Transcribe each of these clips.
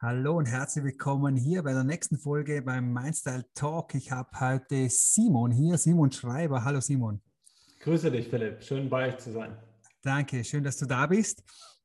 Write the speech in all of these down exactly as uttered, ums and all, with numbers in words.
Hallo und herzlich willkommen hier bei der nächsten Folge beim Mindstyle Talk. Ich habe heute Simon hier, Simon Schreiber. Hallo Simon. Grüße dich, Philipp. Schön bei euch zu sein. Danke, schön, dass du da bist.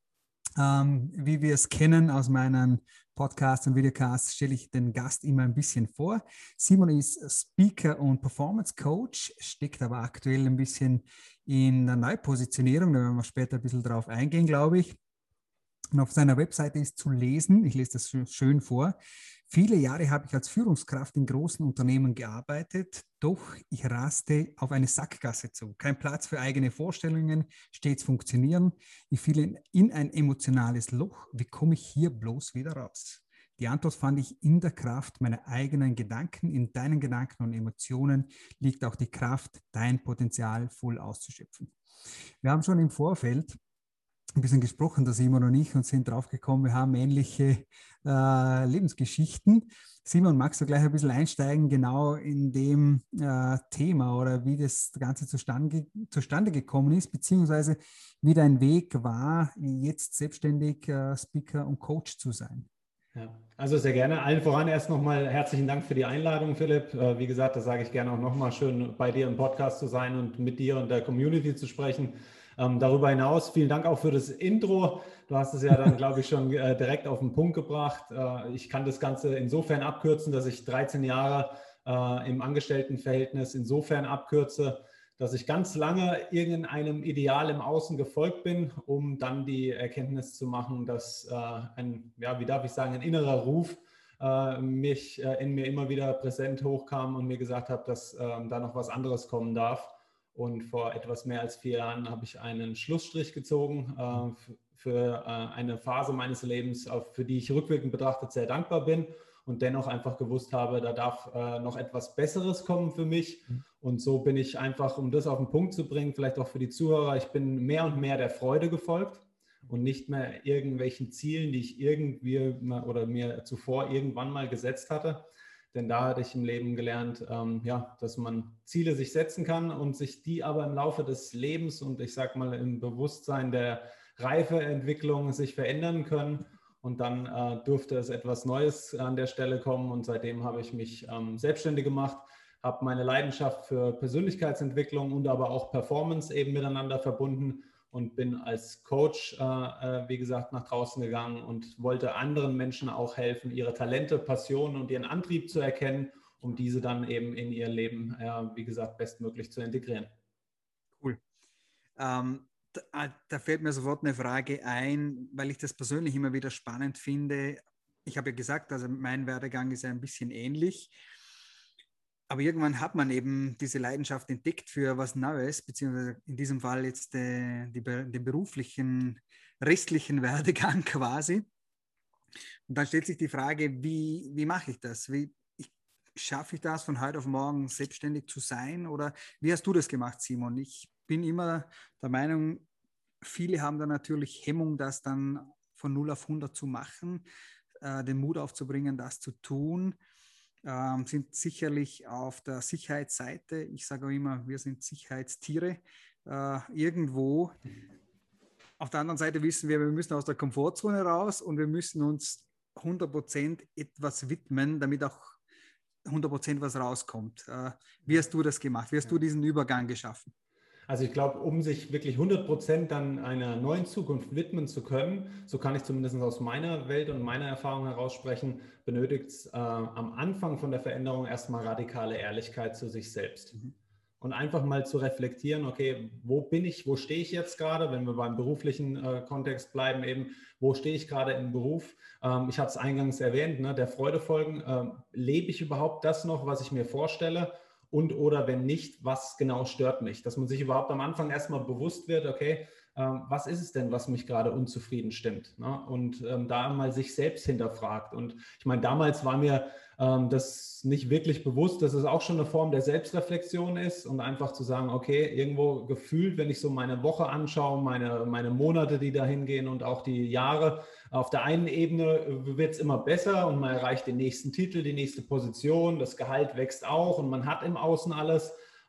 Ähm, wie wir es kennen aus meinen Podcasts und Videocasts, stelle ich den Gast immer ein bisschen vor. Simon ist Speaker und Performance Coach, steckt aber aktuell ein bisschen in der Neupositionierung. Da werden wir später ein bisschen drauf eingehen, glaube ich. Und auf seiner Webseite ist zu lesen, ich lese das schön vor: Viele Jahre habe ich als Führungskraft in großen Unternehmen gearbeitet, doch ich raste auf eine Sackgasse zu. Kein Platz für eigene Vorstellungen, stets funktionieren. Ich fiel in ein emotionales Loch. Wie komme ich hier bloß wieder raus? Die Antwort fand ich in der Kraft meiner eigenen Gedanken. In deinen Gedanken und Emotionen liegt auch die Kraft, dein Potenzial voll auszuschöpfen. Wir haben schon im Vorfeld ein bisschen gesprochen, der Simon und ich, und sind draufgekommen, wir haben ähnliche äh, Lebensgeschichten. Simon, magst du gleich ein bisschen einsteigen, genau in dem äh, Thema oder wie das Ganze zustande, zustande gekommen ist, beziehungsweise wie dein Weg war, jetzt selbstständig äh, Speaker und Coach zu sein? Ja, also sehr gerne. Allen voran erst nochmal herzlichen Dank für die Einladung, Philipp. Äh, wie gesagt, das sage ich gerne auch nochmal, schön bei dir im Podcast zu sein und mit dir und der Community zu sprechen. Ähm, darüber hinaus vielen Dank auch für das Intro. Du hast es ja dann, glaube ich, schon äh, direkt auf den Punkt gebracht. Äh, ich kann das Ganze insofern abkürzen, dass ich dreizehn Jahre äh, im Angestelltenverhältnis insofern abkürze, dass ich ganz lange irgendeinem Ideal im Außen gefolgt bin, um dann die Erkenntnis zu machen, dass äh, ein, ja, wie darf ich sagen, ein innerer Ruf äh, mich äh, in mir immer wieder präsent hochkam und mir gesagt hat, dass äh, da noch was anderes kommen darf. Und vor etwas mehr als vier Jahren habe ich einen Schlussstrich gezogen äh, für äh, eine Phase meines Lebens, für die ich rückwirkend betrachtet sehr dankbar bin und dennoch einfach gewusst habe, da darf äh, noch etwas Besseres kommen für mich. Und so bin ich einfach, um das auf den Punkt zu bringen, vielleicht auch für die Zuhörer, ich bin mehr und mehr der Freude gefolgt und nicht mehr irgendwelchen Zielen, die ich irgendwie oder mir zuvor irgendwann mal gesetzt hatte. Denn da hatte ich im Leben gelernt, ähm, ja, dass man Ziele sich setzen kann und sich die aber im Laufe des Lebens und ich sage mal im Bewusstsein der Reifeentwicklung sich verändern können. Und dann äh, durfte es etwas Neues an der Stelle kommen und seitdem habe ich mich ähm, selbstständig gemacht, habe meine Leidenschaft für Persönlichkeitsentwicklung und aber auch Performance eben miteinander verbunden und bin als Coach, äh, wie gesagt, nach draußen gegangen und wollte anderen Menschen auch helfen, ihre Talente, Passionen und ihren Antrieb zu erkennen, um diese dann eben in ihr Leben, äh, wie gesagt, bestmöglich zu integrieren. Cool. Ähm, da, da fällt mir sofort eine Frage ein, weil ich das persönlich immer wieder spannend finde. Ich habe ja gesagt, also mein Werdegang ist ja ein bisschen ähnlich. Aber irgendwann hat man eben diese Leidenschaft entdeckt für was Neues, beziehungsweise in diesem Fall jetzt äh, die, den beruflichen, restlichen Werdegang quasi. Und dann stellt sich die Frage, wie, wie mache ich das? Wie ich, schaffe ich das von heute auf morgen selbstständig zu sein? Oder wie hast du das gemacht, Simon? Ich bin immer der Meinung, viele haben da natürlich Hemmung, das dann von null auf hundert zu machen, äh, den Mut aufzubringen, das zu tun. Ähm, sind sicherlich auf der Sicherheitsseite. Ich sage auch immer, wir sind Sicherheitstiere äh, irgendwo. Auf der anderen Seite wissen wir, wir müssen aus der Komfortzone raus und wir müssen uns hundert Prozent etwas widmen, damit auch hundert Prozent was rauskommt. Äh, wie hast du das gemacht? Wie hast du diesen Übergang geschaffen? Also ich glaube, um sich wirklich hundert Prozent dann einer neuen Zukunft widmen zu können, so kann ich zumindest aus meiner Welt und meiner Erfahrung heraus sprechen, benötigt es äh, am Anfang von der Veränderung erstmal radikale Ehrlichkeit zu sich selbst. Mhm. Und einfach mal zu reflektieren, okay, wo bin ich, wo stehe ich jetzt gerade, wenn wir beim beruflichen äh, Kontext bleiben, eben, wo stehe ich gerade im Beruf? Ähm, ich hatte es eingangs erwähnt, ne, der Freude folgen, ähm, lebe ich überhaupt das noch, was ich mir vorstelle? Und oder wenn nicht, was genau stört mich? Dass man sich überhaupt am Anfang erstmal bewusst wird, okay, ähm, was ist es denn, was mich gerade unzufrieden stimmt? Ne? Und ähm, da mal sich selbst hinterfragt. Und ich meine, damals war mir ähm, das nicht wirklich bewusst, dass es auch schon eine Form der Selbstreflexion ist und einfach zu sagen, okay, irgendwo gefühlt, wenn ich so meine Woche anschaue, meine, meine Monate, die dahin gehen und auch die Jahre, auf der einen Ebene wird es immer besser und man erreicht den nächsten Titel, die nächste Position, das Gehalt wächst auch und man hat im Außen alles.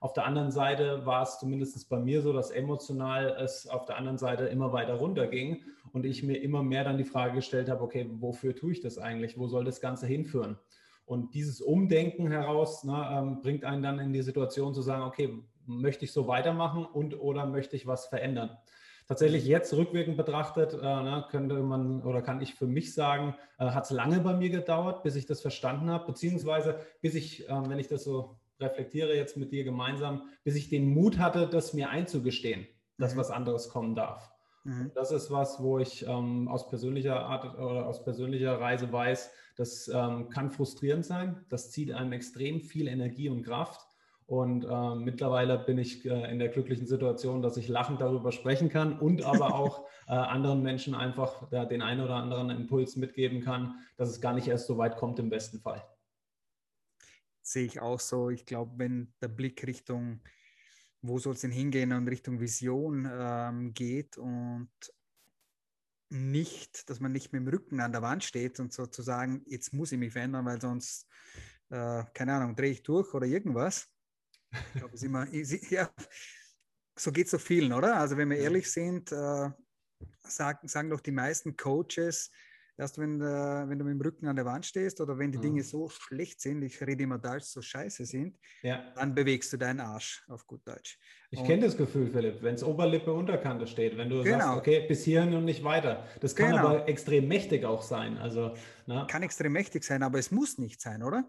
Auf der anderen Seite war es zumindest bei mir so, dass emotional es auf der anderen Seite immer weiter runterging und ich mir immer mehr dann die Frage gestellt habe, okay, wofür tue ich das eigentlich? Wo soll das Ganze hinführen? Und dieses Umdenken heraus ne, ähm, bringt einen dann in die Situation zu sagen, okay, möchte ich so weitermachen und oder möchte ich was verändern? Tatsächlich jetzt rückwirkend betrachtet, äh, ne, könnte man oder kann ich für mich sagen, äh, hat es lange bei mir gedauert, bis ich das verstanden habe, beziehungsweise bis ich, äh, wenn ich das so reflektiere jetzt mit dir gemeinsam, bis ich den Mut hatte, das mir einzugestehen, dass mhm. was anderes kommen darf. Mhm. Das ist was, wo ich ähm, aus persönlicher Art oder aus persönlicher Reise weiß, das ähm, kann frustrierend sein, das zieht einem extrem viel Energie und Kraft. Und äh, mittlerweile bin ich äh, in der glücklichen Situation, dass ich lachend darüber sprechen kann und aber auch äh, anderen Menschen einfach äh, den einen oder anderen Impuls mitgeben kann, dass es gar nicht erst so weit kommt im besten Fall. Sehe ich auch so. Ich glaube, wenn der Blick Richtung, wo soll es denn hingehen, und Richtung Vision ähm, geht und nicht, dass man nicht mit dem Rücken an der Wand steht und sozusagen, jetzt muss ich mich verändern, weil sonst, äh, keine Ahnung, drehe ich durch oder irgendwas. Ich glaube, es ist immer, ja, so geht es so vielen, oder? Also wenn wir ehrlich sind, äh, sagen, sagen doch die meisten Coaches, erst wenn, äh, wenn du mit dem Rücken an der Wand stehst oder wenn die ja. Dinge so schlecht sind, ich rede immer Deutsch, so scheiße sind, ja. dann bewegst du deinen Arsch, auf gut Deutsch. Ich kenne das Gefühl, Philipp, wenn es Oberlippe, Unterkante steht, wenn du genau. sagst, okay, bis hierhin und nicht weiter. Das kann genau. aber extrem mächtig auch sein. Also, na? Kann extrem mächtig sein, aber es muss nicht sein, oder?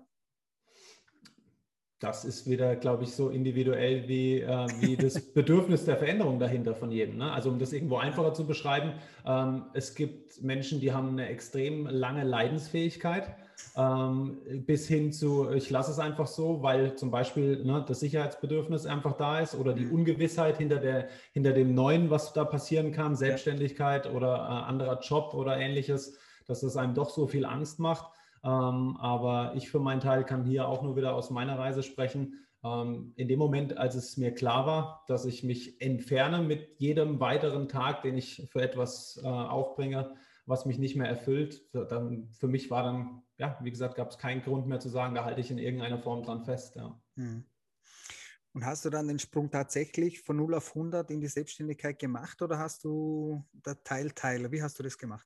Das ist wieder, glaube ich, so individuell wie, äh, wie das Bedürfnis der Veränderung dahinter von jedem. Ne? Also um das irgendwo einfacher zu beschreiben, ähm, es gibt Menschen, die haben eine extrem lange Leidensfähigkeit, ähm, bis hin zu, ich lasse es einfach so, weil zum Beispiel ne, das Sicherheitsbedürfnis einfach da ist oder die Ungewissheit hinter, der, hinter dem Neuen, was da passieren kann, Selbstständigkeit oder äh, anderer Job oder ähnliches, dass es einem doch so viel Angst macht. Ähm, aber ich für meinen Teil kann hier auch nur wieder aus meiner Reise sprechen. Ähm, in dem Moment, als es mir klar war, dass ich mich entferne mit jedem weiteren Tag, den ich für etwas äh, aufbringe, was mich nicht mehr erfüllt, dann für mich war dann, ja, wie gesagt, gab es keinen Grund mehr zu sagen, da halte ich in irgendeiner Form dran fest. Ja. Hm. Und hast du dann den Sprung tatsächlich von null auf hundert in die Selbstständigkeit gemacht oder hast du da Teil, Teil? Wie hast du das gemacht?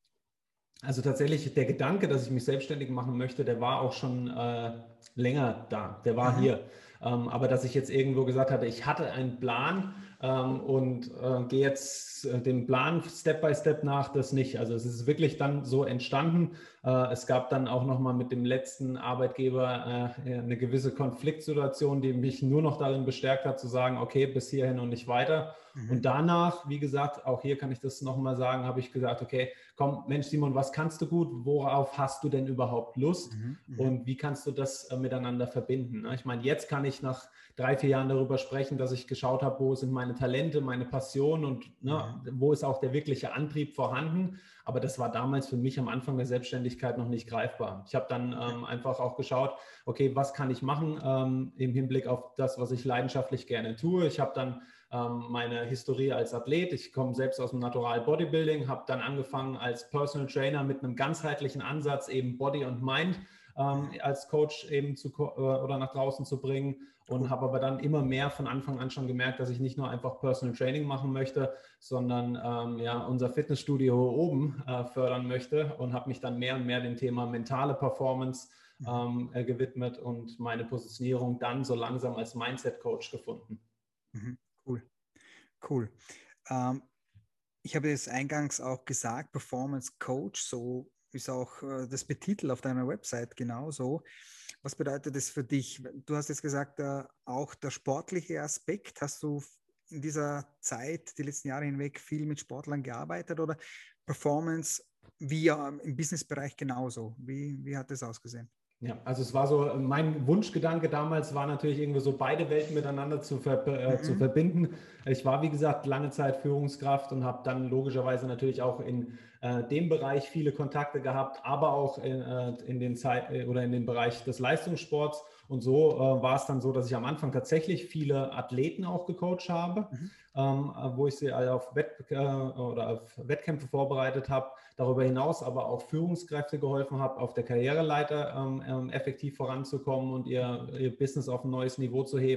Also tatsächlich der Gedanke, dass ich mich selbstständig machen möchte, der war auch schon äh, länger da, der war Aha. hier. Ähm, aber dass ich jetzt irgendwo gesagt hatte, ich hatte einen Plan ähm, und äh, gehe jetzt äh, dem Plan Step by Step nach, das nicht. Also es ist wirklich dann so entstanden. Äh, es gab dann auch nochmal mit dem letzten Arbeitgeber äh, eine gewisse Konfliktsituation, die mich nur noch darin bestärkt hat, zu sagen, okay, bis hierhin und nicht weiter. Mhm. Und danach, wie gesagt, auch hier kann ich das nochmal sagen, habe ich gesagt, okay, komm, Mensch Simon, was kannst du gut? Worauf hast du denn überhaupt Lust? Mhm, und wie kannst du das äh, miteinander verbinden? Ne? Ich meine, jetzt kann ich nach drei, vier Jahren darüber sprechen, dass ich geschaut habe, wo sind meine Talente, meine Passion und ne, mhm. wo ist auch der wirkliche Antrieb vorhanden. Aber das war damals für mich am Anfang der Selbstständigkeit noch nicht greifbar. Ich habe dann ähm, einfach auch geschaut, okay, was kann ich machen ähm, im Hinblick auf das, was ich leidenschaftlich gerne tue. Ich habe dann meine Historie als Athlet. Ich komme selbst aus dem Natural Bodybuilding, habe dann angefangen als Personal Trainer mit einem ganzheitlichen Ansatz, eben Body und Mind ähm, als Coach eben zu oder nach draußen zu bringen und cool. habe aber dann immer mehr von Anfang an schon gemerkt, dass ich nicht nur einfach Personal Training machen möchte, sondern ähm, ja, unser Fitnessstudio oben äh, fördern möchte und habe mich dann mehr und mehr dem Thema mentale Performance ähm, äh, gewidmet und meine Positionierung dann so langsam als Mindset-Coach gefunden. Mhm. Cool, cool. Ähm, ich habe es eingangs auch gesagt, Performance Coach, so ist auch äh, das Betitel auf deiner Website genauso. Was bedeutet das für dich? Du hast jetzt gesagt, äh, auch der sportliche Aspekt. Hast du in dieser Zeit, die letzten Jahre hinweg, viel mit Sportlern gearbeitet oder Performance wie äh, im Businessbereich genauso? Wie, wie hat das ausgesehen? Ja, also es war so, mein Wunschgedanke damals war natürlich irgendwie so beide Welten miteinander zu, ver, äh, mhm. zu verbinden. Ich war, wie gesagt, lange Zeit Führungskraft und habe dann logischerweise natürlich auch in äh, dem Bereich viele Kontakte gehabt, aber auch in, äh, in den Zeit oder in den Bereich des Leistungssports. Und so äh, war es dann so, dass ich am Anfang tatsächlich viele Athleten auch gecoacht habe, mhm. ähm, wo ich sie auf, Wett, äh, oder auf Wettkämpfe vorbereitet habe. Darüber hinaus aber auch Führungskräfte geholfen habe, auf der Karriereleiter ähm, ähm, effektiv voranzukommen und ihr, ihr Business auf ein neues Niveau zu heben.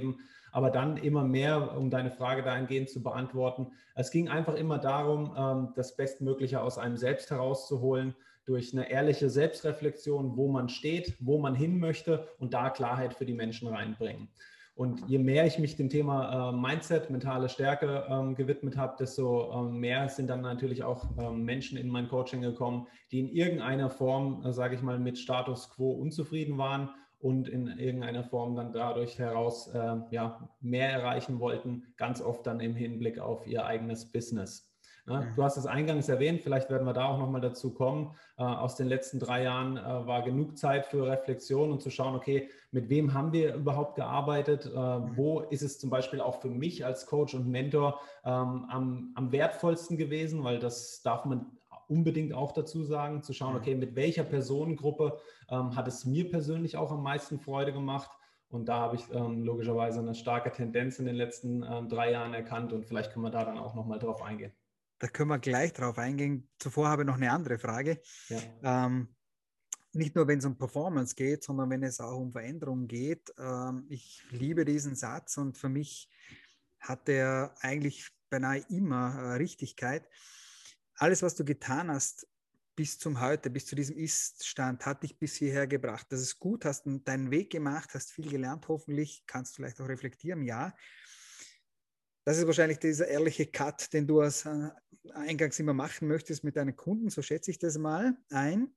Aber dann immer mehr, um deine Frage dahingehend zu beantworten. Es ging einfach immer darum, das Bestmögliche aus einem selbst herauszuholen, durch eine ehrliche Selbstreflexion, wo man steht, wo man hin möchte und da Klarheit für die Menschen reinbringen. Und je mehr ich mich dem Thema äh, Mindset, mentale Stärke ähm, gewidmet habe, desto ähm, mehr sind dann natürlich auch ähm, Menschen in mein Coaching gekommen, die in irgendeiner Form, äh, sage ich mal, mit Status quo unzufrieden waren und in irgendeiner Form dann dadurch heraus äh, ja, mehr erreichen wollten, ganz oft dann im Hinblick auf ihr eigenes Business. Ja, du hast es eingangs erwähnt, vielleicht werden wir da auch nochmal dazu kommen. Äh, aus den letzten drei Jahren äh, war genug Zeit für Reflexion und zu schauen, okay, mit wem haben wir überhaupt gearbeitet? Äh, wo ist es zum Beispiel auch für mich als Coach und Mentor ähm, am, am wertvollsten gewesen? Weil das darf man unbedingt auch dazu sagen, zu schauen, okay, mit welcher Personengruppe ähm, hat es mir persönlich auch am meisten Freude gemacht? Und da habe ich ähm, logischerweise eine starke Tendenz in den letzten ähm, drei Jahren erkannt und vielleicht können wir da dann auch nochmal drauf eingehen. Da können wir gleich drauf eingehen. Zuvor habe ich noch eine andere Frage. Ja. Ähm, nicht nur, wenn es um Performance geht, sondern wenn es auch um Veränderung geht. Ähm, ich liebe diesen Satz und für mich hat er eigentlich beinahe immer äh, Richtigkeit. Alles, was du getan hast bis zum Heute, bis zu diesem Ist-Stand, hat dich bis hierher gebracht. Das ist gut, hast deinen Weg gemacht, hast viel gelernt, hoffentlich, kannst vielleicht auch reflektieren, ja. Das ist wahrscheinlich dieser ehrliche Cut, den du als äh, eingangs immer machen möchtest mit deinen Kunden, so schätze ich das mal ein.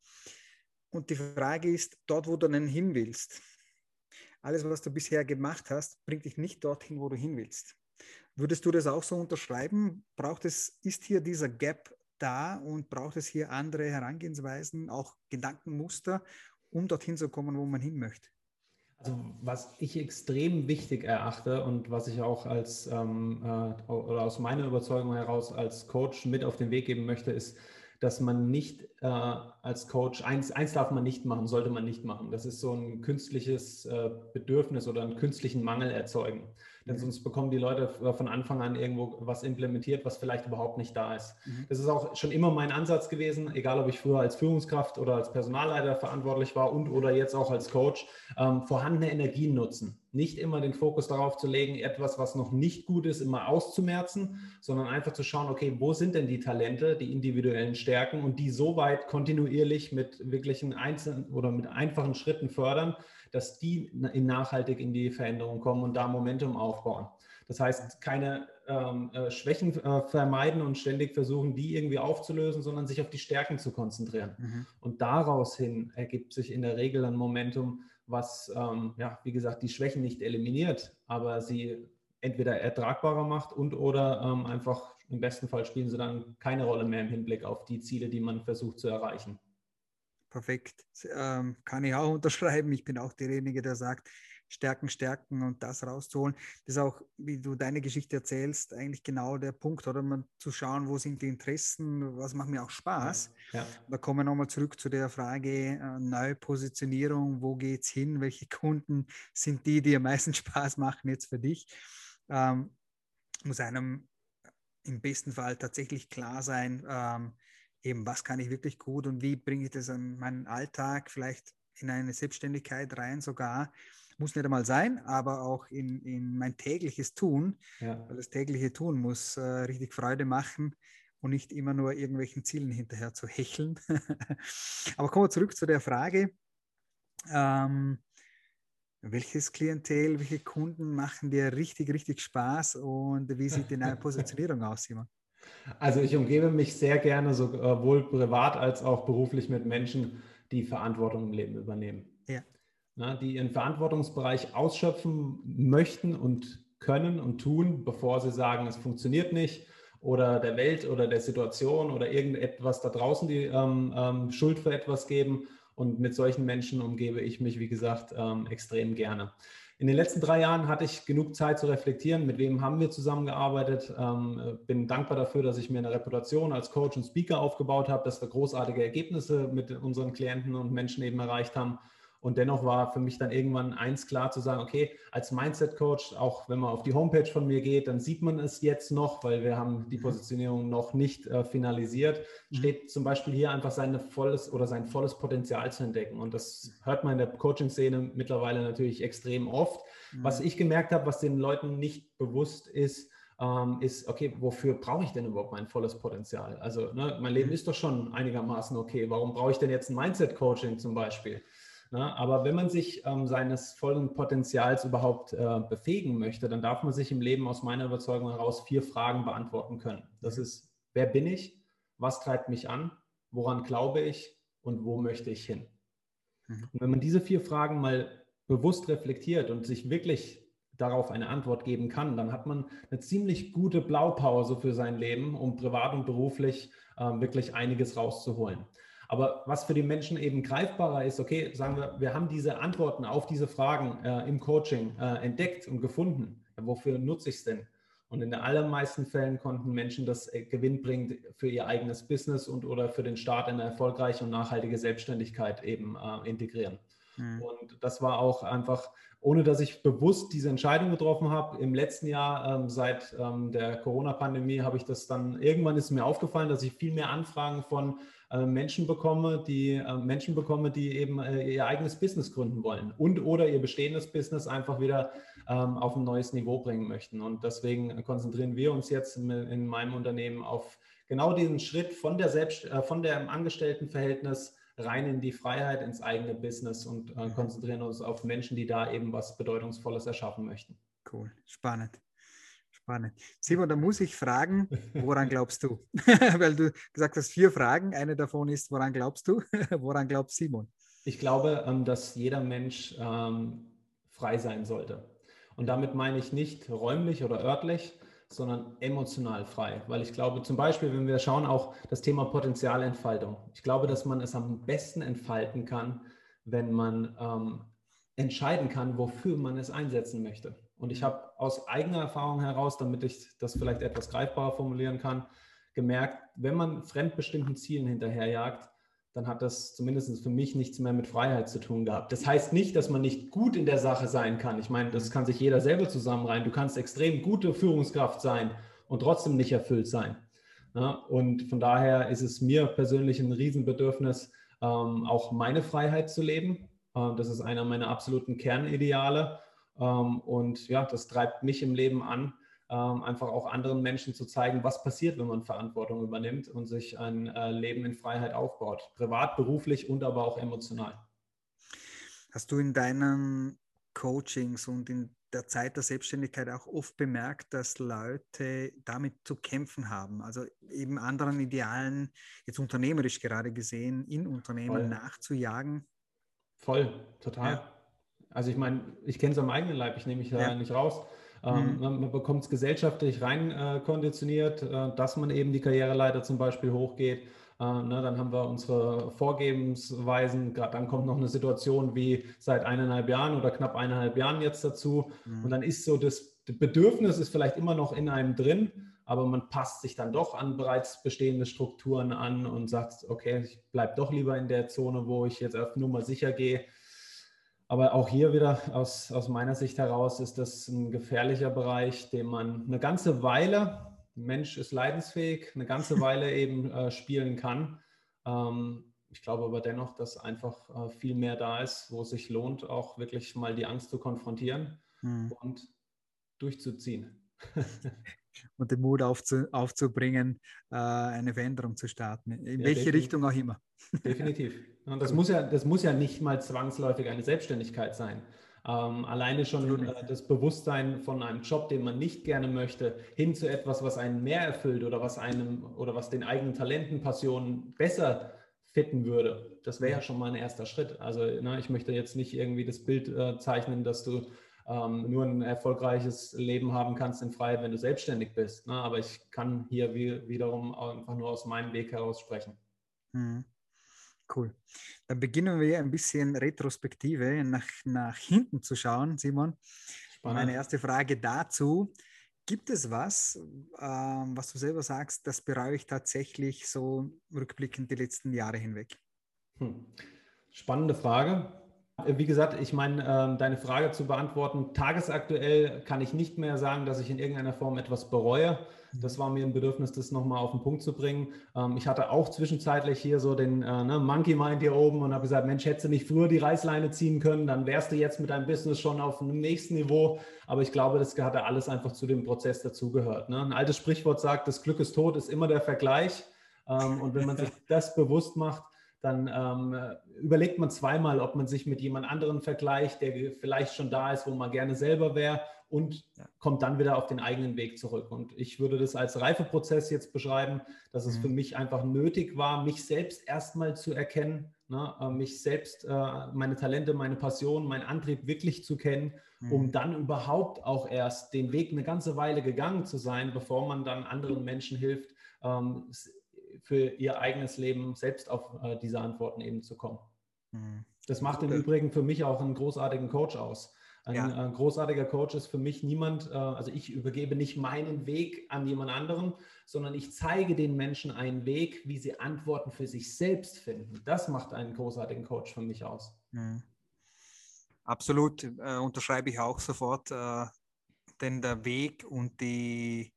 Und die Frage ist, dort, wo du dann hin willst, alles, was du bisher gemacht hast, bringt dich nicht dorthin, wo du hin willst. Würdest du das auch so unterschreiben? Braucht es, ist hier dieser Gap da und braucht es hier andere Herangehensweisen, auch Gedankenmuster, um dorthin zu kommen, wo man hin möchte? Also was ich extrem wichtig erachte und was ich auch als ähm, äh, oder aus meiner Überzeugung heraus als Coach mit auf den Weg geben möchte, ist, dass man nicht äh, als Coach, eins, eins darf man nicht machen, sollte man nicht machen. Das ist so ein künstliches äh, Bedürfnis oder einen künstlichen Mangel erzeugen. Denn sonst bekommen die Leute von Anfang an irgendwo was implementiert, was vielleicht überhaupt nicht da ist. Mhm. Das ist auch schon immer mein Ansatz gewesen, egal ob ich früher als Führungskraft oder als Personalleiter verantwortlich war und oder jetzt auch als Coach, ähm, vorhandene Energien nutzen. Nicht immer den Fokus darauf zu legen, etwas, was noch nicht gut ist, immer auszumerzen, sondern einfach zu schauen, okay, wo sind denn die Talente, die individuellen Stärken und die so weit kontinuierlich mit wirklichen einzelnen oder mit einfachen Schritten fördern, dass die in nachhaltig in die Veränderung kommen und da Momentum aufbauen. Das heißt, keine ähm, äh, Schwächen äh, vermeiden und ständig versuchen, die irgendwie aufzulösen, sondern sich auf die Stärken zu konzentrieren. Mhm. Und daraus hin ergibt sich in der Regel ein Momentum, was, ähm, ja, wie gesagt, die Schwächen nicht eliminiert, aber sie entweder ertragbarer macht und oder ähm, einfach im besten Fall spielen sie dann keine Rolle mehr im Hinblick auf die Ziele, die man versucht zu erreichen. Perfekt. Ähm, kann ich auch unterschreiben. Ich bin auch derjenige, der sagt, Stärken, Stärken und das rauszuholen. Das ist auch, wie du deine Geschichte erzählst, eigentlich genau der Punkt, oder? Man zu schauen, wo sind die Interessen, was macht mir auch Spaß. Ja, ja. Da kommen wir nochmal zurück zu der Frage äh, Neupositionierung, wo geht es hin, welche Kunden sind die, die am meisten Spaß machen jetzt für dich. Ähm, muss einem im besten Fall tatsächlich klar sein, ähm, eben, was kann ich wirklich gut und wie bringe ich das in meinen Alltag, vielleicht in eine Selbstständigkeit rein sogar. Muss nicht einmal sein, aber auch in, in mein tägliches Tun. Ja. Weil das tägliche Tun muss äh, richtig Freude machen und nicht immer nur irgendwelchen Zielen hinterher zu hecheln. Aber kommen wir zurück zu der Frage, ähm, welches Klientel, welche Kunden machen dir richtig, richtig Spaß und wie sieht deine Positionierung aus, Simon? Also ich umgebe mich sehr gerne sowohl privat als auch beruflich mit Menschen, die Verantwortung im Leben übernehmen. Ja. Na, die ihren Verantwortungsbereich ausschöpfen möchten und können und tun, bevor sie sagen, es funktioniert nicht oder der Welt oder der Situation oder irgendetwas da draußen die ähm, ähm, Schuld für etwas geben. Und mit solchen Menschen umgebe ich mich, wie gesagt, ähm, extrem gerne. In den letzten drei Jahren hatte ich genug Zeit zu reflektieren, mit wem haben wir zusammengearbeitet. Ähm, bin dankbar dafür, dass ich mir eine Reputation als Coach und Speaker aufgebaut habe, dass wir großartige Ergebnisse mit unseren Klienten und Menschen eben erreicht haben. Und dennoch war für mich dann irgendwann eins klar zu sagen, okay, als Mindset-Coach, auch wenn man auf die Homepage von mir geht, dann sieht man es jetzt noch, weil wir haben die Positionierung noch nicht äh, finalisiert, steht zum Beispiel hier einfach sein volles oder sein volles Potenzial zu entdecken. Und das hört man in der Coaching-Szene mittlerweile natürlich extrem oft. Mhm. Was ich gemerkt habe, was den Leuten nicht bewusst ist, ähm, ist, okay, wofür brauche ich denn überhaupt mein volles Potenzial? Also ne, mein Leben ist doch schon einigermaßen okay. Warum brauche ich denn jetzt ein Mindset-Coaching zum Beispiel? Na, aber wenn man sich ähm, seines vollen Potenzials überhaupt äh, befähigen möchte, dann darf man sich im Leben aus meiner Überzeugung heraus vier Fragen beantworten können. Das mhm. ist, wer bin ich? Was treibt mich an? Woran glaube ich? Und wo möchte ich hin? Mhm. Und wenn man diese vier Fragen mal bewusst reflektiert und sich wirklich darauf eine Antwort geben kann, dann hat man eine ziemlich gute Blaupause für sein Leben, um privat und beruflich äh, wirklich einiges rauszuholen. Aber was für die Menschen eben greifbarer ist, okay, sagen wir, wir haben diese Antworten auf diese Fragen äh, im Coaching äh, entdeckt und gefunden. Ja, wofür nutze ich es denn? Und in den allermeisten Fällen konnten Menschen das äh, gewinnbringend für ihr eigenes Business und oder für den Start in eine erfolgreiche und nachhaltige Selbstständigkeit eben äh, integrieren. Mhm. Und das war auch einfach, ohne dass ich bewusst diese Entscheidung getroffen habe. Im letzten Jahr, ähm, seit ähm, der Corona-Pandemie, habe ich das dann, irgendwann ist mir aufgefallen, dass ich viel mehr Anfragen von äh, Menschen bekomme, die äh, Menschen bekomme, die eben äh, ihr eigenes Business gründen wollen und oder ihr bestehendes Business einfach wieder ähm, auf ein neues Niveau bringen möchten. Und deswegen konzentrieren wir uns jetzt in, in meinem Unternehmen auf genau diesen Schritt von der Selbst, äh, von dem Angestelltenverhältnis rein in die Freiheit, ins eigene Business und äh, konzentrieren uns auf Menschen, die da eben was Bedeutungsvolles erschaffen möchten. Cool, spannend. Spannend. Simon, da muss ich fragen, woran glaubst du? Weil du gesagt hast, vier Fragen. Eine davon ist, woran glaubst du? Woran glaubt Simon? Ich glaube, ähm, dass jeder Mensch ähm, frei sein sollte. Und damit meine ich nicht räumlich oder örtlich, sondern emotional frei. Weil ich glaube, zum Beispiel, wenn wir schauen, auch das Thema Potenzialentfaltung. Ich glaube, dass man es am besten entfalten kann, wenn man ähm, entscheiden kann, wofür man es einsetzen möchte. Und ich habe aus eigener Erfahrung heraus, damit ich das vielleicht etwas greifbarer formulieren kann, gemerkt, wenn man fremdbestimmten Zielen hinterherjagt, dann hat das zumindest für mich nichts mehr mit Freiheit zu tun gehabt. Das heißt nicht, dass man nicht gut in der Sache sein kann. Ich meine, das kann sich jeder selber zusammenreihen. Du kannst extrem gute Führungskraft sein und trotzdem nicht erfüllt sein. Ja, und von daher ist es mir persönlich ein Riesenbedürfnis, ähm, auch meine Freiheit zu leben. Äh, das ist einer meiner absoluten Kernideale. Ähm, und ja, das treibt mich im Leben an, ähm, einfach auch anderen Menschen zu zeigen, was passiert, wenn man Verantwortung übernimmt und sich ein äh, Leben in Freiheit aufbaut. Privat, beruflich und aber auch emotional. Hast du in deinen Coachings und in der Zeit der Selbstständigkeit auch oft bemerkt, dass Leute damit zu kämpfen haben, also eben anderen Idealen, jetzt unternehmerisch gerade gesehen, in Unternehmen Voll. nachzujagen? Voll, total. Ja. Also ich meine, ich kenne es am eigenen Leib, ich nehme mich da ja. nicht raus. Ähm, mhm. man, man bekommt es gesellschaftlich rein äh, konditioniert, äh, dass man eben die Karriereleiter zum Beispiel hochgeht. Äh, ne, dann haben wir unsere Vorgehensweisen, gerade dann kommt noch eine Situation wie seit eineinhalb Jahren oder knapp eineinhalb Jahren jetzt dazu. Mhm. Und dann ist so das Bedürfnis ist vielleicht immer noch in einem drin, aber man passt sich dann doch an bereits bestehende Strukturen an und sagt, okay, ich bleibe doch lieber in der Zone, wo ich jetzt auf Nummer sicher gehe. Aber auch hier wieder aus, aus meiner Sicht heraus ist das ein gefährlicher Bereich, den man eine ganze Weile, Mensch ist leidensfähig, eine ganze Weile eben äh, spielen kann. Ähm, ich glaube aber dennoch, dass einfach äh, viel mehr da ist, wo es sich lohnt, auch wirklich mal die Angst zu konfrontieren mhm. und durchzuziehen. Und den Mut aufzu, aufzubringen, äh, eine Veränderung zu starten, in ja, welche Richtung auch immer. Definitiv. Und das, cool. muss ja, das muss ja nicht mal zwangsläufig eine Selbstständigkeit sein. Ähm, alleine schon äh, das Bewusstsein von einem Job, den man nicht gerne möchte, hin zu etwas, was einen mehr erfüllt oder was einem oder was den eigenen Talenten, Passionen besser fitten würde. Das wäre ja schon mal ein erster Schritt. Also ne, ich möchte jetzt nicht irgendwie das Bild äh, zeichnen, dass du ähm, nur ein erfolgreiches Leben haben kannst in Freiheit, wenn du selbstständig bist. Ne? Aber ich kann hier wie, wiederum einfach nur aus meinem Weg heraus sprechen. Mhm. Cool. Dann beginnen wir ein bisschen Retrospektive nach, nach hinten zu schauen, Simon. Spannend. Meine erste Frage dazu. Gibt es was, ähm, was du selber sagst, das bereue ich tatsächlich so rückblickend die letzten Jahre hinweg? Hm. Spannende Frage. Wie gesagt, ich meine, deine Frage zu beantworten, tagesaktuell kann ich nicht mehr sagen, dass ich in irgendeiner Form etwas bereue. Das war mir ein Bedürfnis, das nochmal auf den Punkt zu bringen. Ich hatte auch zwischenzeitlich hier so den ne, Monkey Mind hier oben und habe gesagt, Mensch, hättest du nicht früher die Reißleine ziehen können, dann wärst du jetzt mit deinem Business schon auf einem nächsten Niveau. Aber ich glaube, das hat alles einfach zu dem Prozess dazugehört. Ne? Ein altes Sprichwort sagt, das Glück ist tot, ist immer der Vergleich. Und wenn man sich das bewusst macht, dann ähm, überlegt man zweimal, ob man sich mit jemand anderem vergleicht, der vielleicht schon da ist, wo man gerne selber wäre und ja. kommt dann wieder auf den eigenen Weg zurück. Und ich würde das als Reifeprozess jetzt beschreiben, dass es mhm. für mich einfach nötig war, mich selbst erstmal zu erkennen, ne, äh, mich selbst, äh, meine Talente, meine Passion, meinen Antrieb wirklich zu kennen, mhm. um dann überhaupt auch erst den Weg eine ganze Weile gegangen zu sein, bevor man dann anderen Menschen hilft, ähm, für ihr eigenes Leben selbst auf äh, diese Antworten eben zu kommen. Mhm. Das macht im Übrigen für mich auch einen großartigen Coach aus. Ein, ja. ein großartiger Coach ist für mich niemand, äh, also ich übergebe nicht meinen Weg an jemand anderen, sondern ich zeige den Menschen einen Weg, wie sie Antworten für sich selbst finden. Das macht einen großartigen Coach für mich aus. Mhm. Absolut, äh, unterschreibe ich auch sofort, äh, denn der Weg und die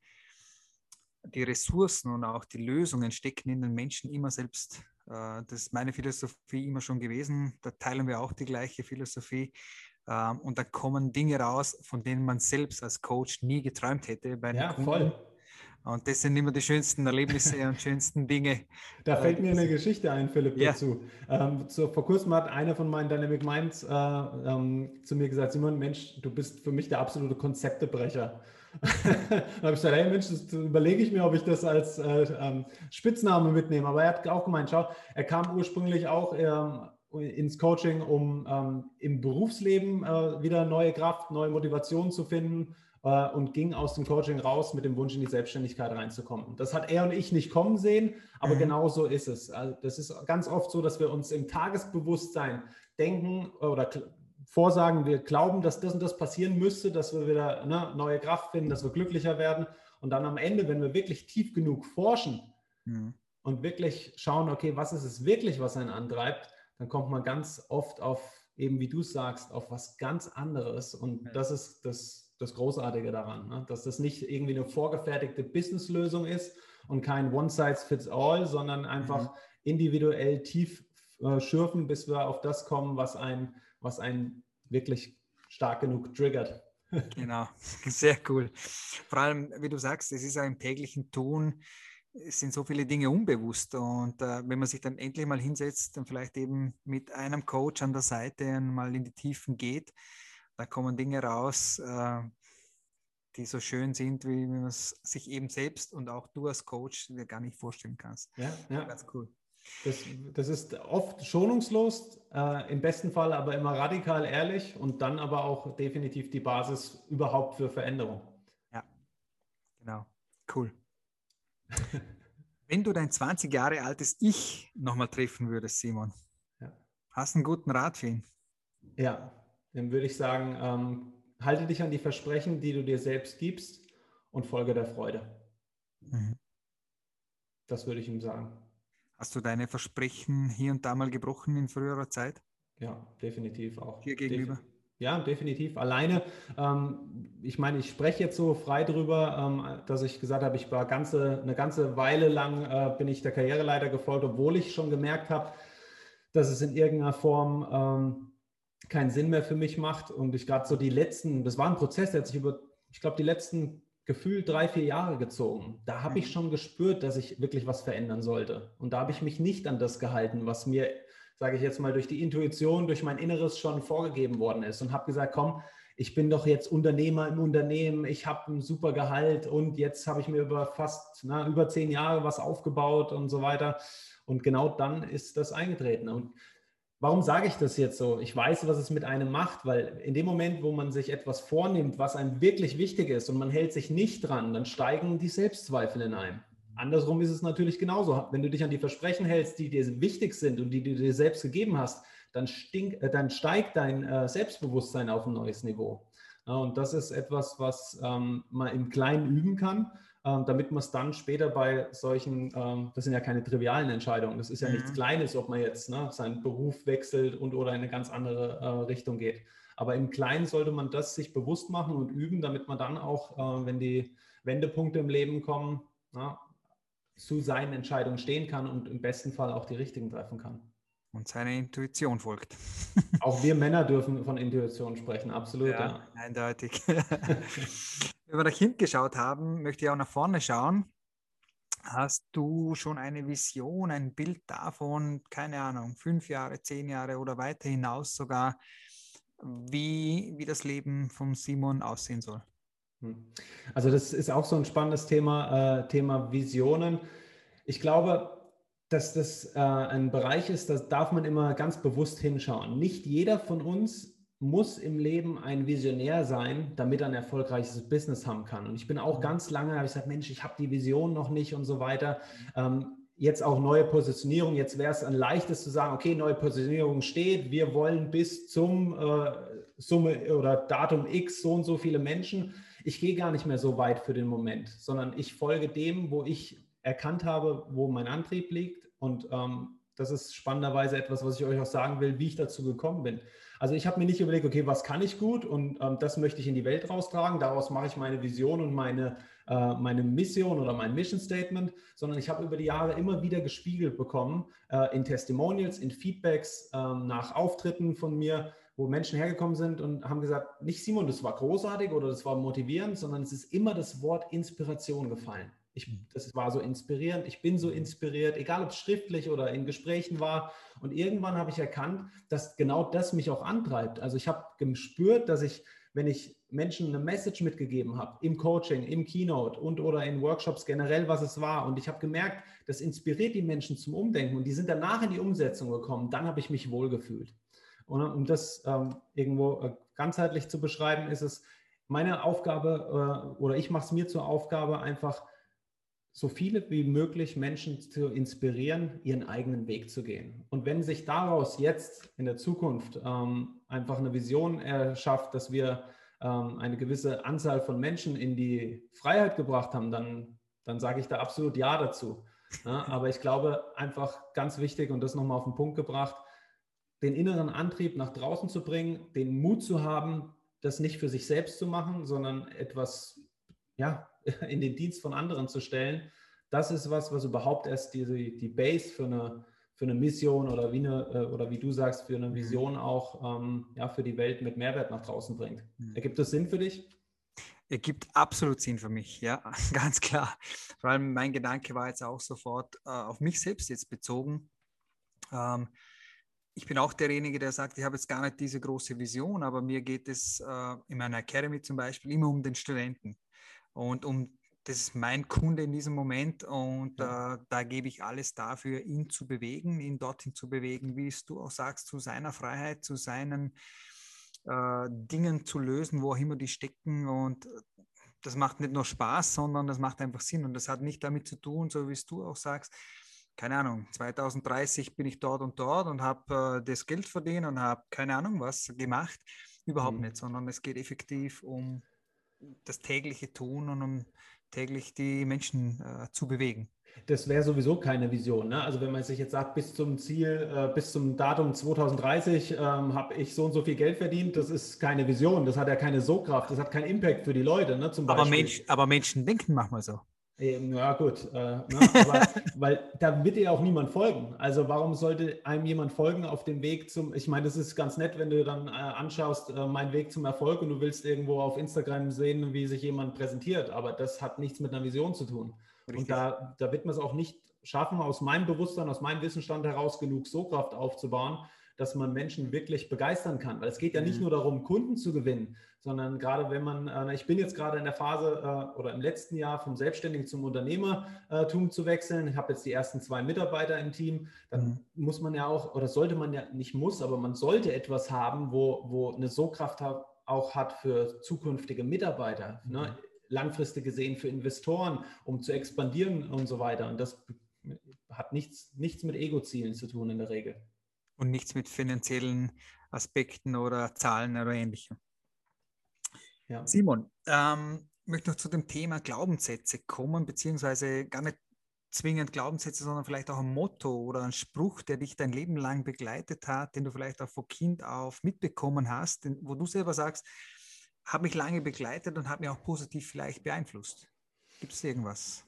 Die Ressourcen und auch die Lösungen stecken in den Menschen immer selbst. Das ist meine Philosophie immer schon gewesen. Da teilen wir auch die gleiche Philosophie. Und da kommen Dinge raus, von denen man selbst als Coach nie geträumt hätte bei den ja, Kunden. Voll. Und das sind immer die schönsten Erlebnisse und schönsten Dinge. Da fällt mir eine Geschichte ein, Philipp, ja. dazu. Ähm, zu, vor kurzem hat einer von meinen Dynamic Minds äh, ähm, zu mir gesagt, Simon, Mensch, du bist für mich der absolute Konzeptebrecher. Da habe ich gesagt, hey Mensch, das überlege ich mir, ob ich das als äh, ähm, Spitzname mitnehme. Aber er hat auch gemeint, schau, er kam ursprünglich auch ähm, ins Coaching, um ähm, im Berufsleben äh, wieder neue Kraft, neue Motivation zu finden äh, und ging aus dem Coaching raus mit dem Wunsch, in die Selbstständigkeit reinzukommen. Das hat er und ich nicht kommen sehen, aber mhm. genau so ist es. Also das ist ganz oft so, dass wir uns im Tagesbewusstsein denken oder vorsagen, wir glauben, dass das und das passieren müsste, dass wir wieder ne, neue Kraft finden, dass wir glücklicher werden. Und dann am Ende, wenn wir wirklich tief genug forschen mhm. und wirklich schauen, okay, was ist es wirklich, was einen antreibt, dann kommt man ganz oft auf, eben wie du sagst, auf was ganz anderes. Und ja. das ist das, das Großartige daran, ne? Dass das nicht irgendwie eine vorgefertigte Businesslösung ist und kein One-Size-Fits-all, sondern einfach mhm. individuell tief äh, schürfen, bis wir auf das kommen, was ein was einen wirklich stark genug triggert. Genau, sehr cool. Vor allem, wie du sagst, es ist ja im täglichen Tun, es sind so viele Dinge unbewusst und äh, wenn man sich dann endlich mal hinsetzt und vielleicht eben mit einem Coach an der Seite und mal in die Tiefen geht, da kommen Dinge raus, äh, die so schön sind, wie man es sich eben selbst und auch du als Coach dir gar nicht vorstellen kannst. Ja, ja. Ganz cool. Das, das ist oft schonungslos, äh, im besten Fall aber immer radikal ehrlich und dann aber auch definitiv die Basis überhaupt für Veränderung. Ja, genau. Cool. Wenn du dein zwanzig Jahre altes Ich nochmal treffen würdest, Simon, ja. hast du einen guten Rat für ihn? Ja, dann würde ich sagen, ähm, halte dich an die Versprechen, die du dir selbst gibst und folge der Freude. Mhm. Das würde ich ihm sagen. Hast du deine Versprechen hier und da mal gebrochen in früherer Zeit? Ja, definitiv auch. Hier gegenüber? Def- ja, definitiv. Alleine, ähm, ich meine, ich spreche jetzt so frei drüber, ähm, dass ich gesagt habe, ich war ganze, eine ganze Weile lang, äh, bin ich der Karriereleiter gefolgt, obwohl ich schon gemerkt habe, dass es in irgendeiner Form ähm, keinen Sinn mehr für mich macht. Und ich gerade so die letzten, das war ein Prozess, der hat sich über, ich glaube, die letzten gefühlt drei, vier Jahre gezogen. Da habe ich schon gespürt, dass ich wirklich was verändern sollte. Und da habe ich mich nicht an das gehalten, was mir, sage ich jetzt mal, durch die Intuition, durch mein Inneres schon vorgegeben worden ist. Und habe gesagt, komm, ich bin doch jetzt Unternehmer im Unternehmen, ich habe ein super Gehalt und jetzt habe ich mir über fast na, über zehn Jahre was aufgebaut und so weiter. Und genau dann ist das eingetreten. Und warum sage ich das jetzt so? Ich weiß, was es mit einem macht, weil in dem Moment, wo man sich etwas vornimmt, was einem wirklich wichtig ist und man hält sich nicht dran, dann steigen die Selbstzweifel in einem. Andersrum ist es natürlich genauso. Wenn du dich an die Versprechen hältst, die dir wichtig sind und die du dir selbst gegeben hast, dann, stink, äh, dann steigt dein äh, Selbstbewusstsein auf ein neues Niveau. Ja, und das ist etwas, was ähm, man im Kleinen üben kann. ähm, damit man es dann später bei solchen, ähm, das sind ja keine trivialen Entscheidungen, das ist ja mhm. nichts Kleines, ob man jetzt ne, seinen Beruf wechselt und oder in eine ganz andere äh, Richtung geht. Aber im Kleinen sollte man das sich bewusst machen und üben, damit man dann auch, äh, wenn die Wendepunkte im Leben kommen, na, zu seinen Entscheidungen stehen kann und im besten Fall auch die richtigen treffen kann. Und seiner Intuition folgt. Auch wir Männer dürfen von Intuition sprechen, absolut. Ja, ja. eindeutig. Wenn wir nach hinten geschaut haben, möchte ich auch nach vorne schauen. Hast du schon eine Vision, ein Bild davon, keine Ahnung, fünf Jahre, zehn Jahre oder weiter hinaus sogar, wie, wie das Leben von Simon aussehen soll? Also das ist auch so ein spannendes Thema, äh, Thema Visionen. Ich glaube, dass das äh, ein Bereich ist, da darf man immer ganz bewusst hinschauen. Nicht jeder von uns muss im Leben ein Visionär sein, damit er ein erfolgreiches Business haben kann. Und ich bin auch ganz lange, habe ich gesagt, Mensch, ich habe die Vision noch nicht und so weiter. Ähm, jetzt auch neue Positionierung. Jetzt wäre es ein leichtes zu sagen, okay, neue Positionierung steht. Wir wollen bis zum äh, Summe oder Datum X so und so viele Menschen. Ich gehe gar nicht mehr so weit für den Moment, sondern ich folge dem, wo ich erkannt habe, wo mein Antrieb liegt. Und ähm, das ist spannenderweise etwas, was ich euch auch sagen will, wie ich dazu gekommen bin. Also ich habe mir nicht überlegt, okay, was kann ich gut und ähm, das möchte ich in die Welt raustragen. Daraus mache ich meine Vision und meine, äh, meine Mission oder mein Mission Statement, sondern ich habe über die Jahre immer wieder gespiegelt bekommen äh, in Testimonials, in Feedbacks äh, nach Auftritten von mir, wo Menschen hergekommen sind und haben gesagt, nicht Simon, das war großartig oder das war motivierend, sondern es ist immer das Wort Inspiration gefallen. Ich, das war so inspirierend, ich bin so inspiriert, egal ob es schriftlich oder in Gesprächen war. Und irgendwann habe ich erkannt, dass genau das mich auch antreibt. Also ich habe gespürt, dass ich, wenn ich Menschen eine Message mitgegeben habe, im Coaching, im Keynote und oder in Workshops generell, was es war, und ich habe gemerkt, das inspiriert die Menschen zum Umdenken und die sind danach in die Umsetzung gekommen, dann habe ich mich wohlgefühlt. Und um das ähm, irgendwo äh, ganzheitlich zu beschreiben, ist es meine Aufgabe äh, oder ich mache es mir zur Aufgabe, einfach so viele wie möglich Menschen zu inspirieren, ihren eigenen Weg zu gehen. Und wenn sich daraus jetzt in der Zukunft ähm, einfach eine Vision erschafft, dass wir ähm, eine gewisse Anzahl von Menschen in die Freiheit gebracht haben, dann, dann sage ich da absolut Ja dazu. Ja, aber ich glaube einfach ganz wichtig und das nochmal auf den Punkt gebracht, den inneren Antrieb nach draußen zu bringen, den Mut zu haben, das nicht für sich selbst zu machen, sondern etwas ja, in den Dienst von anderen zu stellen, das ist was, was überhaupt erst die, die Base für eine, für eine Mission oder wie, eine, oder wie du sagst, für eine Vision auch ähm, ja, für die Welt mit Mehrwert nach draußen bringt. Ergibt das Sinn für dich? Ergibt absolut Sinn für mich, ja, ganz klar. Vor allem mein Gedanke war jetzt auch sofort äh, auf mich selbst jetzt bezogen. Ähm, Ich bin auch derjenige, der sagt, ich habe jetzt gar nicht diese große Vision, aber mir geht es äh, in meiner Academy zum Beispiel immer um den Studenten und um, das ist mein Kunde in diesem Moment und ja. äh, da gebe ich alles dafür, ihn zu bewegen, ihn dorthin zu bewegen, wie es du auch sagst, zu seiner Freiheit, zu seinen äh, Dingen zu lösen, wo auch immer die stecken und das macht nicht nur Spaß, sondern das macht einfach Sinn und das hat nicht damit zu tun, so wie es du auch sagst, keine Ahnung, zwanzig dreißig bin ich dort und dort und habe äh, das Geld verdient und habe keine Ahnung was gemacht. Überhaupt mhm. nicht, sondern es geht effektiv um das tägliche Tun und um täglich die Menschen äh, zu bewegen. Das wäre sowieso keine Vision. Ne? Also wenn man sich jetzt sagt, bis zum Ziel, äh, bis zum Datum zwanzig dreißig ähm, habe ich so und so viel Geld verdient, das ist keine Vision, das hat ja keine Sogkraft, das hat keinen Impact für die Leute, ne? Zum Beispiel. Aber, Mensch, aber Menschen denken manchmal so. Ja gut, äh, ne? Aber weil da wird dir auch niemand folgen. Also warum sollte einem jemand folgen auf dem Weg zum, ich meine, das ist ganz nett, wenn du dann äh, anschaust, äh, mein Weg zum Erfolg und du willst irgendwo auf Instagram sehen, wie sich jemand präsentiert, aber das hat nichts mit einer Vision zu tun. Richtig. Und da, da wird man es auch nicht schaffen, aus meinem Bewusstsein, aus meinem Wissensstand heraus genug Sogkraft aufzubauen, dass man Menschen wirklich begeistern kann. Weil es geht ja nicht nur darum, Kunden zu gewinnen, sondern gerade wenn man, äh, ich bin jetzt gerade in der Phase äh, oder im letzten Jahr vom Selbstständigen zum Unternehmertum zu wechseln. Ich habe jetzt die ersten zwei Mitarbeiter im Team. Dann mhm. muss man ja auch, oder sollte man ja nicht muss, aber man sollte etwas haben, wo, wo eine Sogkraft auch hat für zukünftige Mitarbeiter, mhm. ne? Langfristig gesehen für Investoren, um zu expandieren und so weiter. Und das hat nichts, nichts mit Ego-Zielen zu tun in der Regel. Und nichts mit finanziellen Aspekten oder Zahlen oder ähnlichem. Ja. Simon, ähm, möchte noch zu dem Thema Glaubenssätze kommen, beziehungsweise gar nicht zwingend Glaubenssätze, sondern vielleicht auch ein Motto oder ein Spruch, der dich dein Leben lang begleitet hat, den du vielleicht auch von Kind auf mitbekommen hast, den, wo du selber sagst, hat mich lange begleitet und hat mich auch positiv vielleicht beeinflusst. Gibt es irgendwas?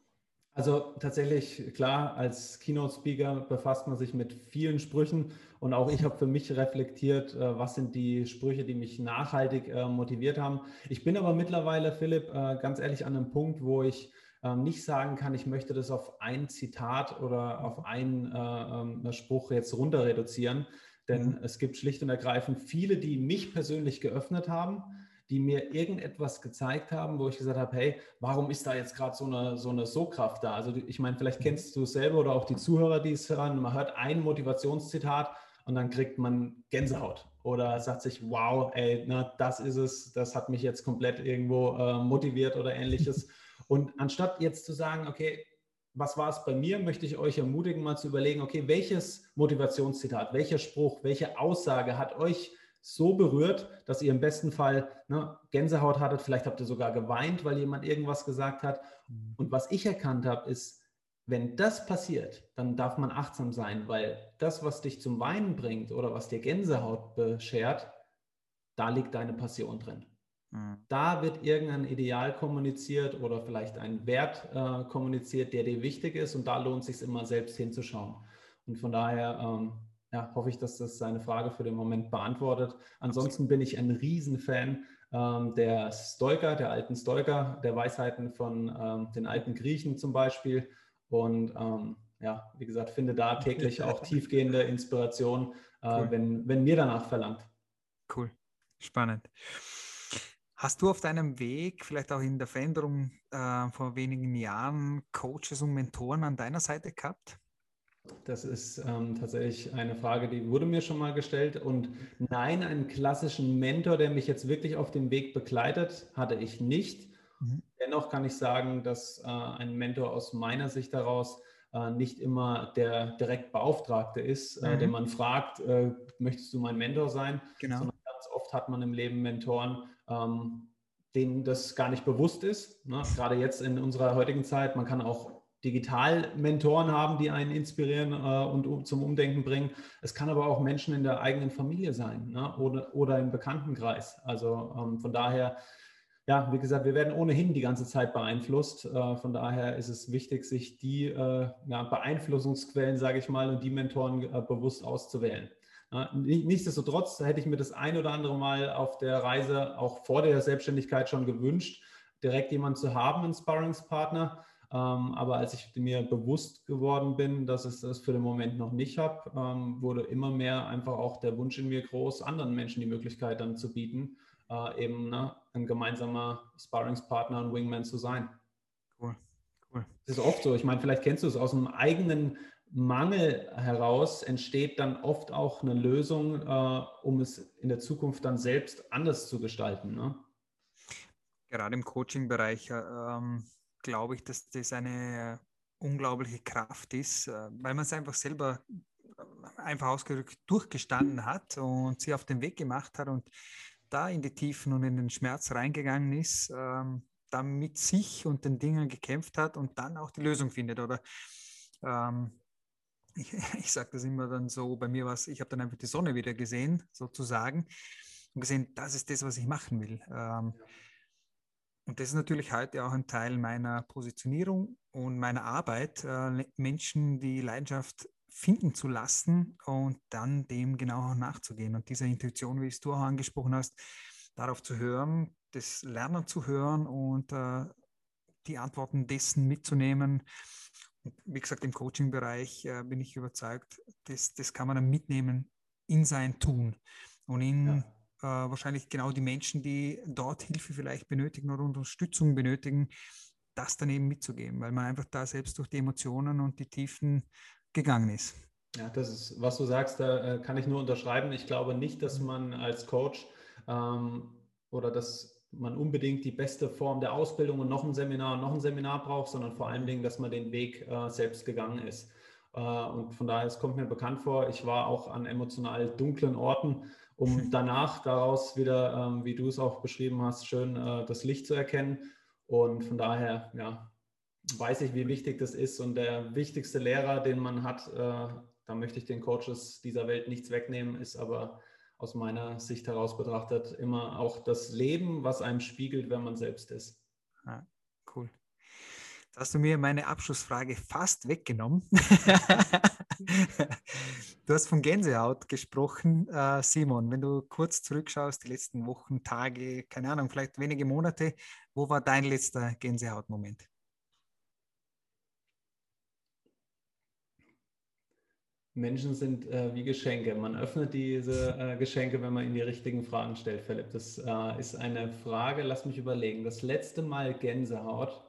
Also tatsächlich, klar, als Keynote-Speaker befasst man sich mit vielen Sprüchen und auch ich habe für mich reflektiert, äh, was sind die Sprüche, die mich nachhaltig äh, motiviert haben. Ich bin aber mittlerweile, Philipp, äh, ganz ehrlich an einem Punkt, wo ich äh, nicht sagen kann, ich möchte das auf ein Zitat oder auf einen äh, äh, Spruch jetzt runter reduzieren, denn Mhm. es gibt schlicht und ergreifend viele, die mich persönlich geöffnet haben, die mir irgendetwas gezeigt haben, wo ich gesagt habe, hey, warum ist da jetzt gerade so eine, so eine So-Kraft da? Also ich meine, vielleicht Mhm. kennst du es selber oder auch die Zuhörer, die es hören, man hört ein Motivationszitat und dann kriegt man Gänsehaut oder sagt sich, wow, ey, na, das ist es, das hat mich jetzt komplett irgendwo äh, motiviert oder ähnliches. Und anstatt jetzt zu sagen, okay, was war es bei mir, möchte ich euch ermutigen, mal zu überlegen, okay, welches Motivationszitat, welcher Spruch, welche Aussage hat euch so berührt, dass ihr im besten Fall ne, Gänsehaut hattet, vielleicht habt ihr sogar geweint, weil jemand irgendwas gesagt hat. Mhm. Und was ich erkannt habe, ist, wenn das passiert, dann darf man achtsam sein, weil das, was dich zum Weinen bringt oder was dir Gänsehaut beschert, da liegt deine Passion drin. Mhm. Da wird irgendein Ideal kommuniziert oder vielleicht ein Wert äh, kommuniziert, der dir wichtig ist und da lohnt es sich immer selbst hinzuschauen. Und von daher ähm, ja, hoffe ich, dass das seine Frage für den Moment beantwortet. Absolut. Ansonsten bin ich ein Riesenfan ähm, der Stoiker, der alten Stoiker, der Weisheiten von ähm, den alten Griechen zum Beispiel. Und ähm, ja, wie gesagt, finde da täglich auch tiefgehende Inspiration, äh, Cool, wenn, wenn mir danach verlangt. cool, spannend. Hast du auf deinem Weg, vielleicht auch in der Veränderung äh, vor wenigen Jahren, Coaches und Mentoren an deiner Seite gehabt? Das ist ähm, tatsächlich eine Frage, die wurde mir schon mal gestellt. Und nein, einen klassischen Mentor, der mich jetzt wirklich auf dem Weg begleitet, hatte ich nicht. Mhm. Dennoch kann ich sagen, dass äh, ein Mentor aus meiner Sicht heraus äh, nicht immer der direkt Beauftragte ist, äh, den Mhm. man fragt, äh, möchtest du mein Mentor sein? Genau. Sondern ganz oft hat man im Leben Mentoren, ähm, denen das gar nicht bewusst ist. Ne? Gerade jetzt in unserer heutigen Zeit, man kann auch Digital-Mentoren haben, die einen inspirieren äh, und um, zum Umdenken bringen. Es kann aber auch Menschen in der eigenen Familie sein, ne? oder, oder im Bekanntenkreis. Also ähm, von daher, ja, wie gesagt, wir werden ohnehin die ganze Zeit beeinflusst. Äh, von daher ist es wichtig, sich die äh, ja, Beeinflussungsquellen, sage ich mal, und die Mentoren äh, bewusst auszuwählen. Äh, nichtsdestotrotz hätte ich mir das ein oder andere Mal auf der Reise, auch vor der Selbstständigkeit schon gewünscht, direkt jemanden zu haben, einen Sparringspartner. Ähm, aber als ich mir bewusst geworden bin, dass ich das für den Moment noch nicht habe, ähm, wurde immer mehr einfach auch der Wunsch in mir groß, anderen Menschen die Möglichkeit dann zu bieten, äh, eben ne, ein gemeinsamer Sparringspartner und Wingman zu sein. Cool, cool. Das ist oft so. Ich meine, vielleicht kennst du es aus einem eigenen Mangel heraus entsteht dann oft auch eine Lösung, äh, um es in der Zukunft dann selbst anders zu gestalten. Ne? Gerade im Coaching-Bereich äh, ähm, glaube ich, dass das eine unglaubliche Kraft ist, äh, weil man es einfach selber äh, einfach ausgedrückt durchgestanden hat und sie auf den Weg gemacht hat und da in die Tiefen und in den Schmerz reingegangen ist, ähm, dann mit sich und den Dingen gekämpft hat und dann auch die Lösung findet. Oder ähm, ich, ich sage das immer dann so, bei mir war es, ich habe dann einfach die Sonne wieder gesehen, sozusagen, und gesehen, das ist das, was ich machen will. Ähm, und das ist natürlich heute auch ein Teil meiner Positionierung und meiner Arbeit, äh, Menschen die Leidenschaft finden zu lassen und dann dem genau auch nachzugehen. Und dieser Intuition, wie es du auch angesprochen hast, darauf zu hören, das Lernen zu hören und äh, die Antworten dessen mitzunehmen. Und wie gesagt, im Coaching-Bereich äh, bin ich überzeugt, das, das kann man dann mitnehmen in sein Tun und in Ja. äh, wahrscheinlich genau die Menschen, die dort Hilfe vielleicht benötigen oder Unterstützung benötigen, das dann eben mitzugeben, weil man einfach da selbst durch die Emotionen und die Tiefen gegangen ist. Ja, das ist, was du sagst, da äh, kann ich nur unterschreiben. Ich glaube nicht, dass man als Coach ähm, oder dass man unbedingt die beste Form der Ausbildung und noch ein Seminar und noch ein Seminar braucht, sondern vor allen Dingen, dass man den Weg äh, selbst gegangen ist. Äh, und von daher, es kommt mir bekannt vor, ich war auch an emotional dunklen Orten um danach daraus wieder, ähm, wie du es auch beschrieben hast, schön äh, das Licht zu erkennen. Und von daher, ja, weiß ich, wie wichtig das ist. Und der wichtigste Lehrer, den man hat, äh, da möchte ich den Coaches dieser Welt nichts wegnehmen, ist aber aus meiner Sicht heraus betrachtet immer auch das Leben, was einem spiegelt, wer man selbst ist. Ah, cool. Da hast du mir meine Abschlussfrage fast weggenommen. Du hast von Gänsehaut gesprochen, äh, Simon. Wenn du kurz zurückschaust, die letzten Wochen, Tage, keine Ahnung, vielleicht wenige Monate, wo war dein letzter Gänsehautmoment? Menschen sind äh, wie Geschenke. Man öffnet diese äh, Geschenke, wenn man ihnen die richtigen Fragen stellt, Philipp. Das äh, ist eine Frage, lass mich überlegen. Das letzte Mal Gänsehaut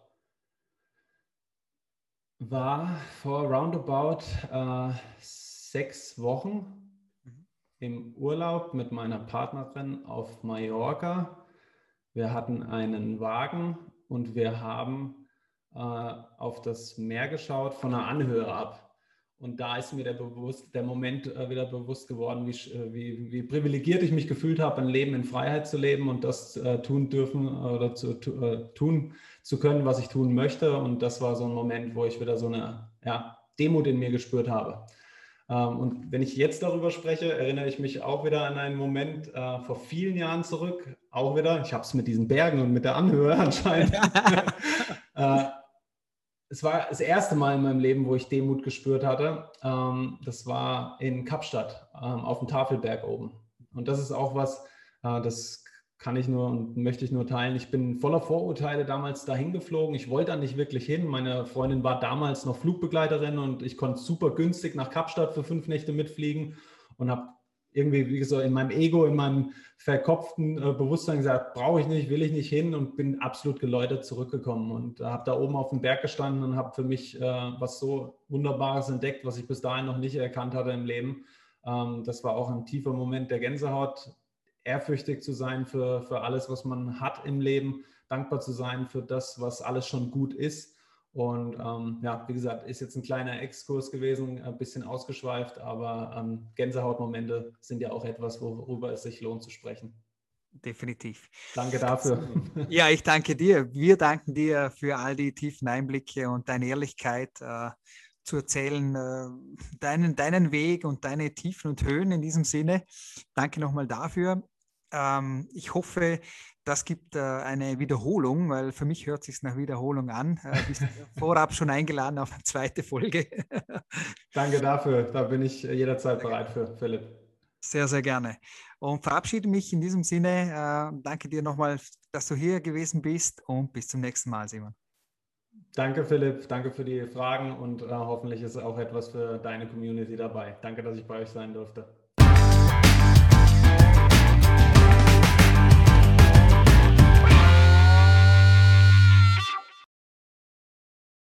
war vor roundabout äh, sechs Wochen Mhm. im Urlaub mit meiner Partnerin auf Mallorca. Wir hatten einen Wagen und wir haben äh, auf das Meer geschaut von einer Anhöhe ab. Und da ist mir der, bewusst, der Moment äh, wieder bewusst geworden, wie, wie, wie privilegiert ich mich gefühlt habe, ein Leben in Freiheit zu leben und das äh, tun dürfen oder zu, äh, tun zu können, was ich tun möchte. Und das war so ein Moment, wo ich wieder so eine ja, Demut in mir gespürt habe. Ähm, und wenn ich jetzt darüber spreche, erinnere ich mich auch wieder an einen Moment äh, vor vielen Jahren zurück. Auch wieder, ich habe es mit diesen Bergen und mit der Anhöhe anscheinend. äh, Es war das erste Mal in meinem Leben, wo ich Demut gespürt hatte. Ähm, das war in Kapstadt ähm, auf dem Tafelberg oben. Und das ist auch was, äh, das kann ich nur und möchte ich nur teilen. Ich bin voller Vorurteile damals dahin geflogen. Ich wollte da nicht wirklich hin. Meine Freundin war damals noch Flugbegleiterin und ich konnte super günstig nach Kapstadt für fünf Nächte mitfliegen und habe irgendwie, wie gesagt, in meinem Ego, in meinem verkopften äh, Bewusstsein gesagt, brauche ich nicht, will ich nicht hin und bin absolut geläutert zurückgekommen und äh, habe da oben auf dem Berg gestanden und habe für mich äh, was so Wunderbares entdeckt, was ich bis dahin noch nicht erkannt hatte im Leben. Ähm, das war auch ein tiefer Moment der Gänsehaut, ehrfürchtig zu sein für, für alles, was man hat im Leben, dankbar zu sein für das, was alles schon gut ist. Und ähm, ja, wie gesagt, ist jetzt ein kleiner Exkurs gewesen, ein bisschen ausgeschweift, aber ähm, Gänsehautmomente sind ja auch etwas, worüber es sich lohnt zu sprechen. Definitiv. Danke dafür. Ja, ich danke dir. Wir danken dir für all die tiefen Einblicke und deine Ehrlichkeit äh, zu erzählen, äh, deinen, deinen Weg und deine Tiefen und Höhen in diesem Sinne. Danke nochmal dafür. Ähm, ich hoffe, das gibt äh, eine Wiederholung, weil für mich hört es sich nach Wiederholung an. Äh, bist vorab schon eingeladen auf eine zweite Folge. Danke dafür. Da bin ich jederzeit bereit für, Philipp. Sehr, sehr gerne. Und verabschiede mich in diesem Sinne. Äh, danke dir nochmal, dass du hier gewesen bist und bis zum nächsten Mal, Simon. Danke, Philipp. Danke für die Fragen und äh, hoffentlich ist auch etwas für deine Community dabei. Danke, dass ich bei euch sein durfte.